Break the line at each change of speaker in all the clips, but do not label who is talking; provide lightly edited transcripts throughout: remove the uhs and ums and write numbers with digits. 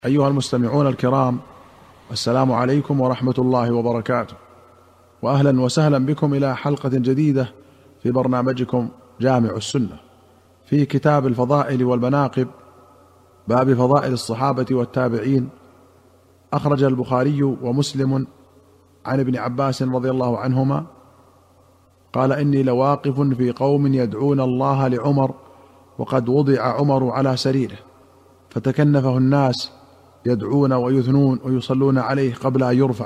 أيها المستمعون الكرام، السلام عليكم ورحمة الله وبركاته، وأهلا وسهلا بكم إلى حلقة جديدة في برنامجكم جامع السنة في كتاب الفضائل والمناقب، باب فضائل الصحابة والتابعين. أخرج البخاري ومسلم عن ابن عباس رضي الله عنهما قال: إني لواقف في قوم يدعون الله لعمر وقد وضع عمر على سريره، فتكنفه الناس يدعون ويثنون ويصلون عليه قبل أن يرفع،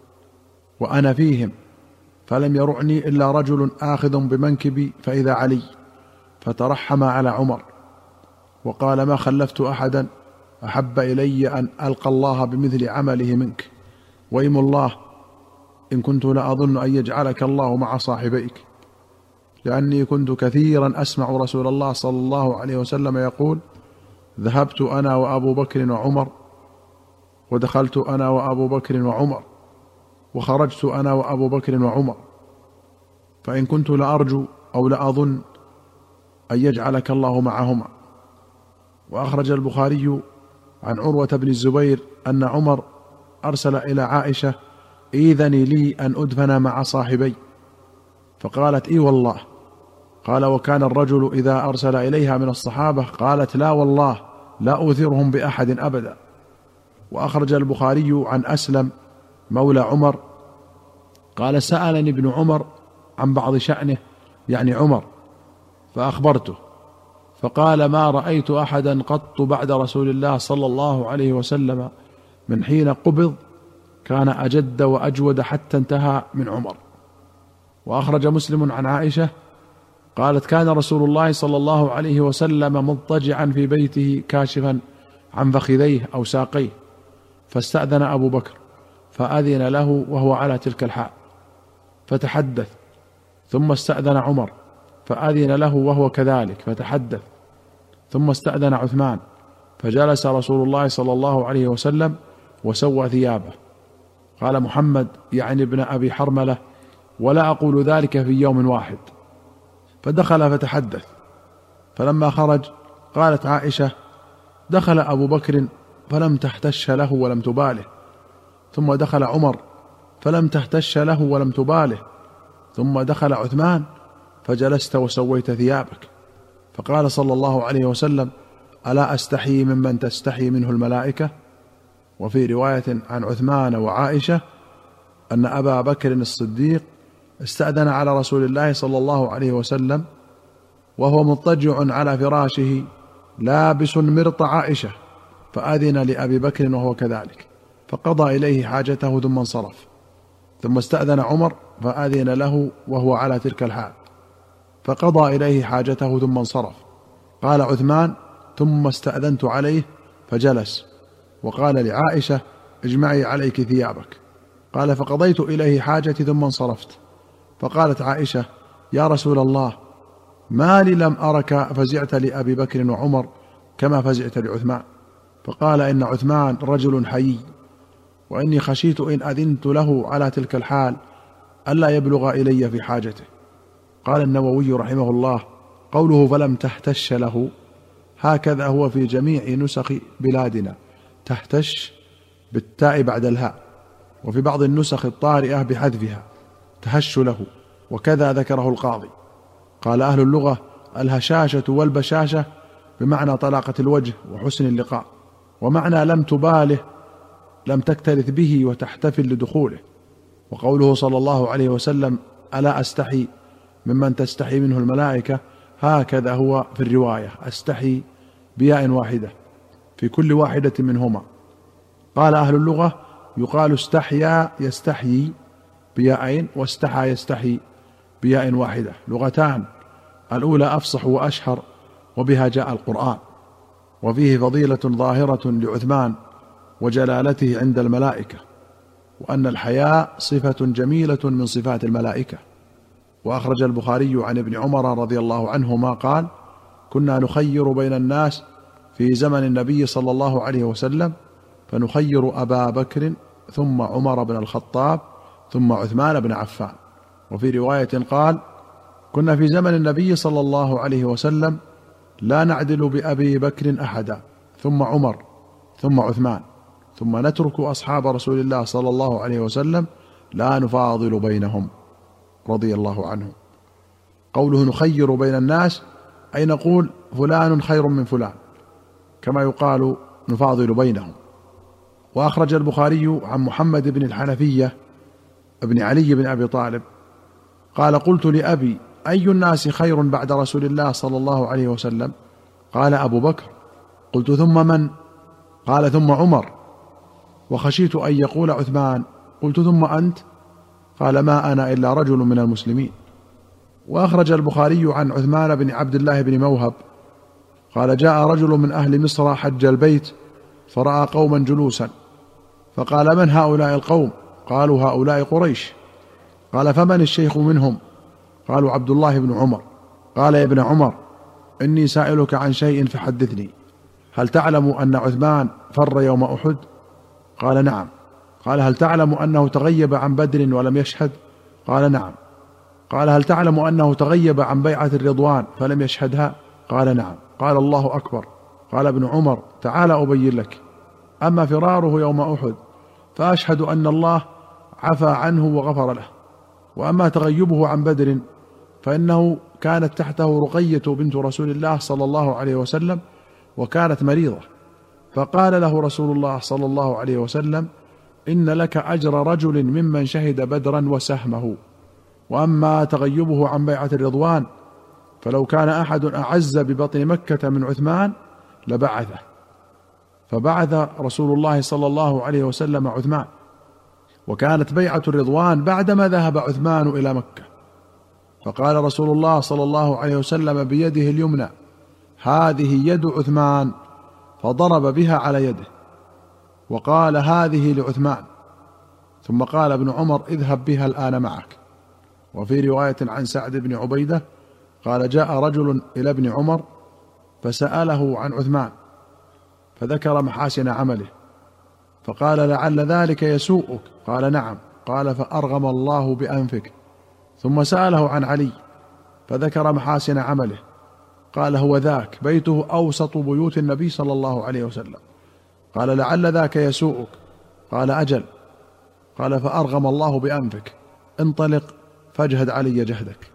وأنا فيهم، فلم يرعني إلا رجل آخذ بمنكبي فإذا علي، فترحم على عمر وقال: ما خلفت أحدا أحب إلي أن ألقى الله بمثل عمله منك، وإيم الله إن كنت لأظن أن يجعلك الله مع صاحبيك، لأني كنت كثيرا أسمع رسول الله صلى الله عليه وسلم يقول: ذهبت أنا وأبو بكر وعمر، ودخلت أنا وأبو بكر وعمر، وخرجت أنا وأبو بكر وعمر، فإن كنت لأرجو أو لأظن أن يجعلك الله معهما. وأخرج البخاري عن عروة بن الزبير أن عمر أرسل إلى عائشة: إذني لي أن أدفن مع صاحبي، فقالت: إي والله. قال: وكان الرجل إذا أرسل إليها من الصحابة قالت: لا والله لا أوثرهم بأحد أبدا. وأخرج البخاري عن أسلم مولى عمر قال: سألني ابن عمر عن بعض شأنه، يعني عمر، فأخبرته، فقال: ما رأيت أحدا قط بعد رسول الله صلى الله عليه وسلم من حين قبض كان أجد وأجود حتى انتهى من عمر. وأخرج مسلم عن عائشة قالت: كان رسول الله صلى الله عليه وسلم مضطجعا في بيته كاشفا عن فخذيه أو ساقيه، فاستأذن أبو بكر فأذن له وهو على تلك الحال فتحدث، ثم استأذن عمر فأذن له وهو كذلك فتحدث، ثم استأذن عثمان فجلس رسول الله صلى الله عليه وسلم وسوى ثيابه. قال محمد يعني ابن أبي حرملة: ولا أقول ذلك في يوم واحد. فدخل فتحدث، فلما خرج قالت عائشة: دخل أبو بكر فلم تحتش له ولم تباله، ثم دخل عمر فلم تحتش له ولم تباله، ثم دخل عثمان فجلست وسويت ثيابك. فقال صلى الله عليه وسلم: ألا أستحي ممن تستحي منه الملائكة؟ وفي رواية عن عثمان وعائشة أن أبا بكر الصديق استأذن على رسول الله صلى الله عليه وسلم وهو مضطجع على فراشه لابس مرط عائشة، فأذن لأبي بكر وهو كذلك، فقضى إليه حاجته ثم انصرف. ثم استأذن عمر فأذن له وهو على تلك الحال، فقضى إليه حاجته ثم انصرف. قال عثمان: ثم استأذنت عليه فجلس، وقال لعائشة: اجمعي عليك ثيابك. قال: فقضيت إليه حاجتي ثم انصرفت. فقالت عائشة: يا رسول الله، ما لي لم أرك فزعت لأبي بكر وعمر كما فزعت لعثمان. فقال: إن عثمان رجل حيي، وإني خشيت إن أذنت له على تلك الحال ألا يبلغ إلي في حاجته. قال النووي رحمه الله: قوله فلم تحتش له هكذا هو في جميع نسخ بلادنا، تحتش بالتاء بعد الهاء، وفي بعض النسخ الطارئة بحذفها تهش له، وكذا ذكره القاضي. قال أهل اللغة: الهشاشة والبشاشة بمعنى طلاقة الوجه وحسن اللقاء، ومعنى لم تباله لم تكترث به وتحتفل لدخوله. وقوله صلى الله عليه وسلم: ألا أستحي ممن تستحي منه الملائكة، هكذا هو في الرواية، أستحي بياء واحدة في كل واحدة منهما. قال أهل اللغة: يقال استحيا يستحيي بياءين، واستحى يستحي بياء واحدة، لغتان، الأولى أفصح وأشهر، وبها جاء القرآن. وفيه فضيلة ظاهرة لعثمان وجلالته عند الملائكة، وأن الحياء صفة جميلة من صفات الملائكة. وأخرج البخاري عن ابن عمر رضي الله عنهما قال: كنا نخير بين الناس في زمن النبي صلى الله عليه وسلم، فنخير أبا بكر ثم عمر بن الخطاب ثم عثمان بن عفان. وفي رواية قال: كنا في زمن النبي صلى الله عليه وسلم لا نعدل بأبي بكر أحدا، ثم عمر، ثم عثمان، ثم نترك أصحاب رسول الله صلى الله عليه وسلم لا نفاضل بينهم رضي الله عنهم. قوله نخير بين الناس أي نقول فلان خير من فلان، كما يقال نفاضل بينهم. وأخرج البخاري عن محمد بن الحنفية ابن علي بن أبي طالب قال قلت لأبي أي الناس خير بعد رسول الله صلى الله عليه وسلم؟ قال أبو بكر. قلت ثم من؟ قال ثم عمر، وخشيت أن يقول عثمان. قلت ثم أنت؟ قال ما أنا إلا رجل من المسلمين. وأخرج البخاري عن عثمان بن عبد الله بن موهب قال جاء رجل من أهل مصر حج البيت فرأى قوما جلوسا فقال من هؤلاء القوم؟ قالوا هؤلاء قريش. قال فمن الشيخ منهم؟ قالوا عبد الله بن عمر. قال يا ابن عمر إني سائلك عن شيء فحدثني، هل تعلم أن عثمان فر يوم أحد؟ قال نعم. قال هل تعلم أنه تغيب عن بدر ولم يشهد؟ قال نعم. قال هل تعلم أنه تغيب عن بيعة الرضوان فلم يشهدها؟ قال نعم. قال الله أكبر. قال ابن عمر تعال أبين لك، أما فراره يوم أحد فأشهد أن الله عفى عنه وغفر له، وأما تغيبه عن بدر فإنه كانت تحته رقية بنت رسول الله صلى الله عليه وسلم وكانت مريضة، فقال له رسول الله صلى الله عليه وسلم إن لك أجر رجل ممن شهد بدرا وسهمه، وأما تغيبه عن بيعة الرضوان فلو كان أحد أعز ببطن مكة من عثمان لبعثه. فبعث رسول الله صلى الله عليه وسلم عثمان، وكانت بيعة الرضوان بعدما ذهب عثمان إلى مكة. فقال رسول الله صلى الله عليه وسلم بيده اليمنى هذه يد عثمان، فضرب بها على يده وقال هذه لعثمان، ثم قال ابن عمر اذهب بها الآن معك. وفي رواية عن سعد بن عبيدة قال جاء رجل إلى ابن عمر فسأله عن عثمان فذكر محاسن عمله، فقال لعل ذلك يسوءك؟ قال نعم. قال فأرغم الله بأنفك. ثم سأله عن علي فذكر محاسن عمله، قال هو ذاك بيته أوسط بيوت النبي صلى الله عليه وسلم. قال لعل ذاك يسوءك؟ قال أجل. قال فأرغم الله بأنفك، انطلق فاجهد علي جهدك.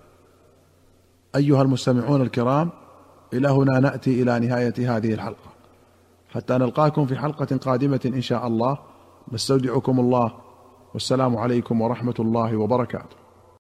أيها المستمعون الكرام، إلى هنا نأتي إلى نهاية هذه الحلقة، حتى نلقاكم في حلقة قادمة إن شاء الله. نستودعكم الله، والسلام عليكم ورحمة الله وبركاته.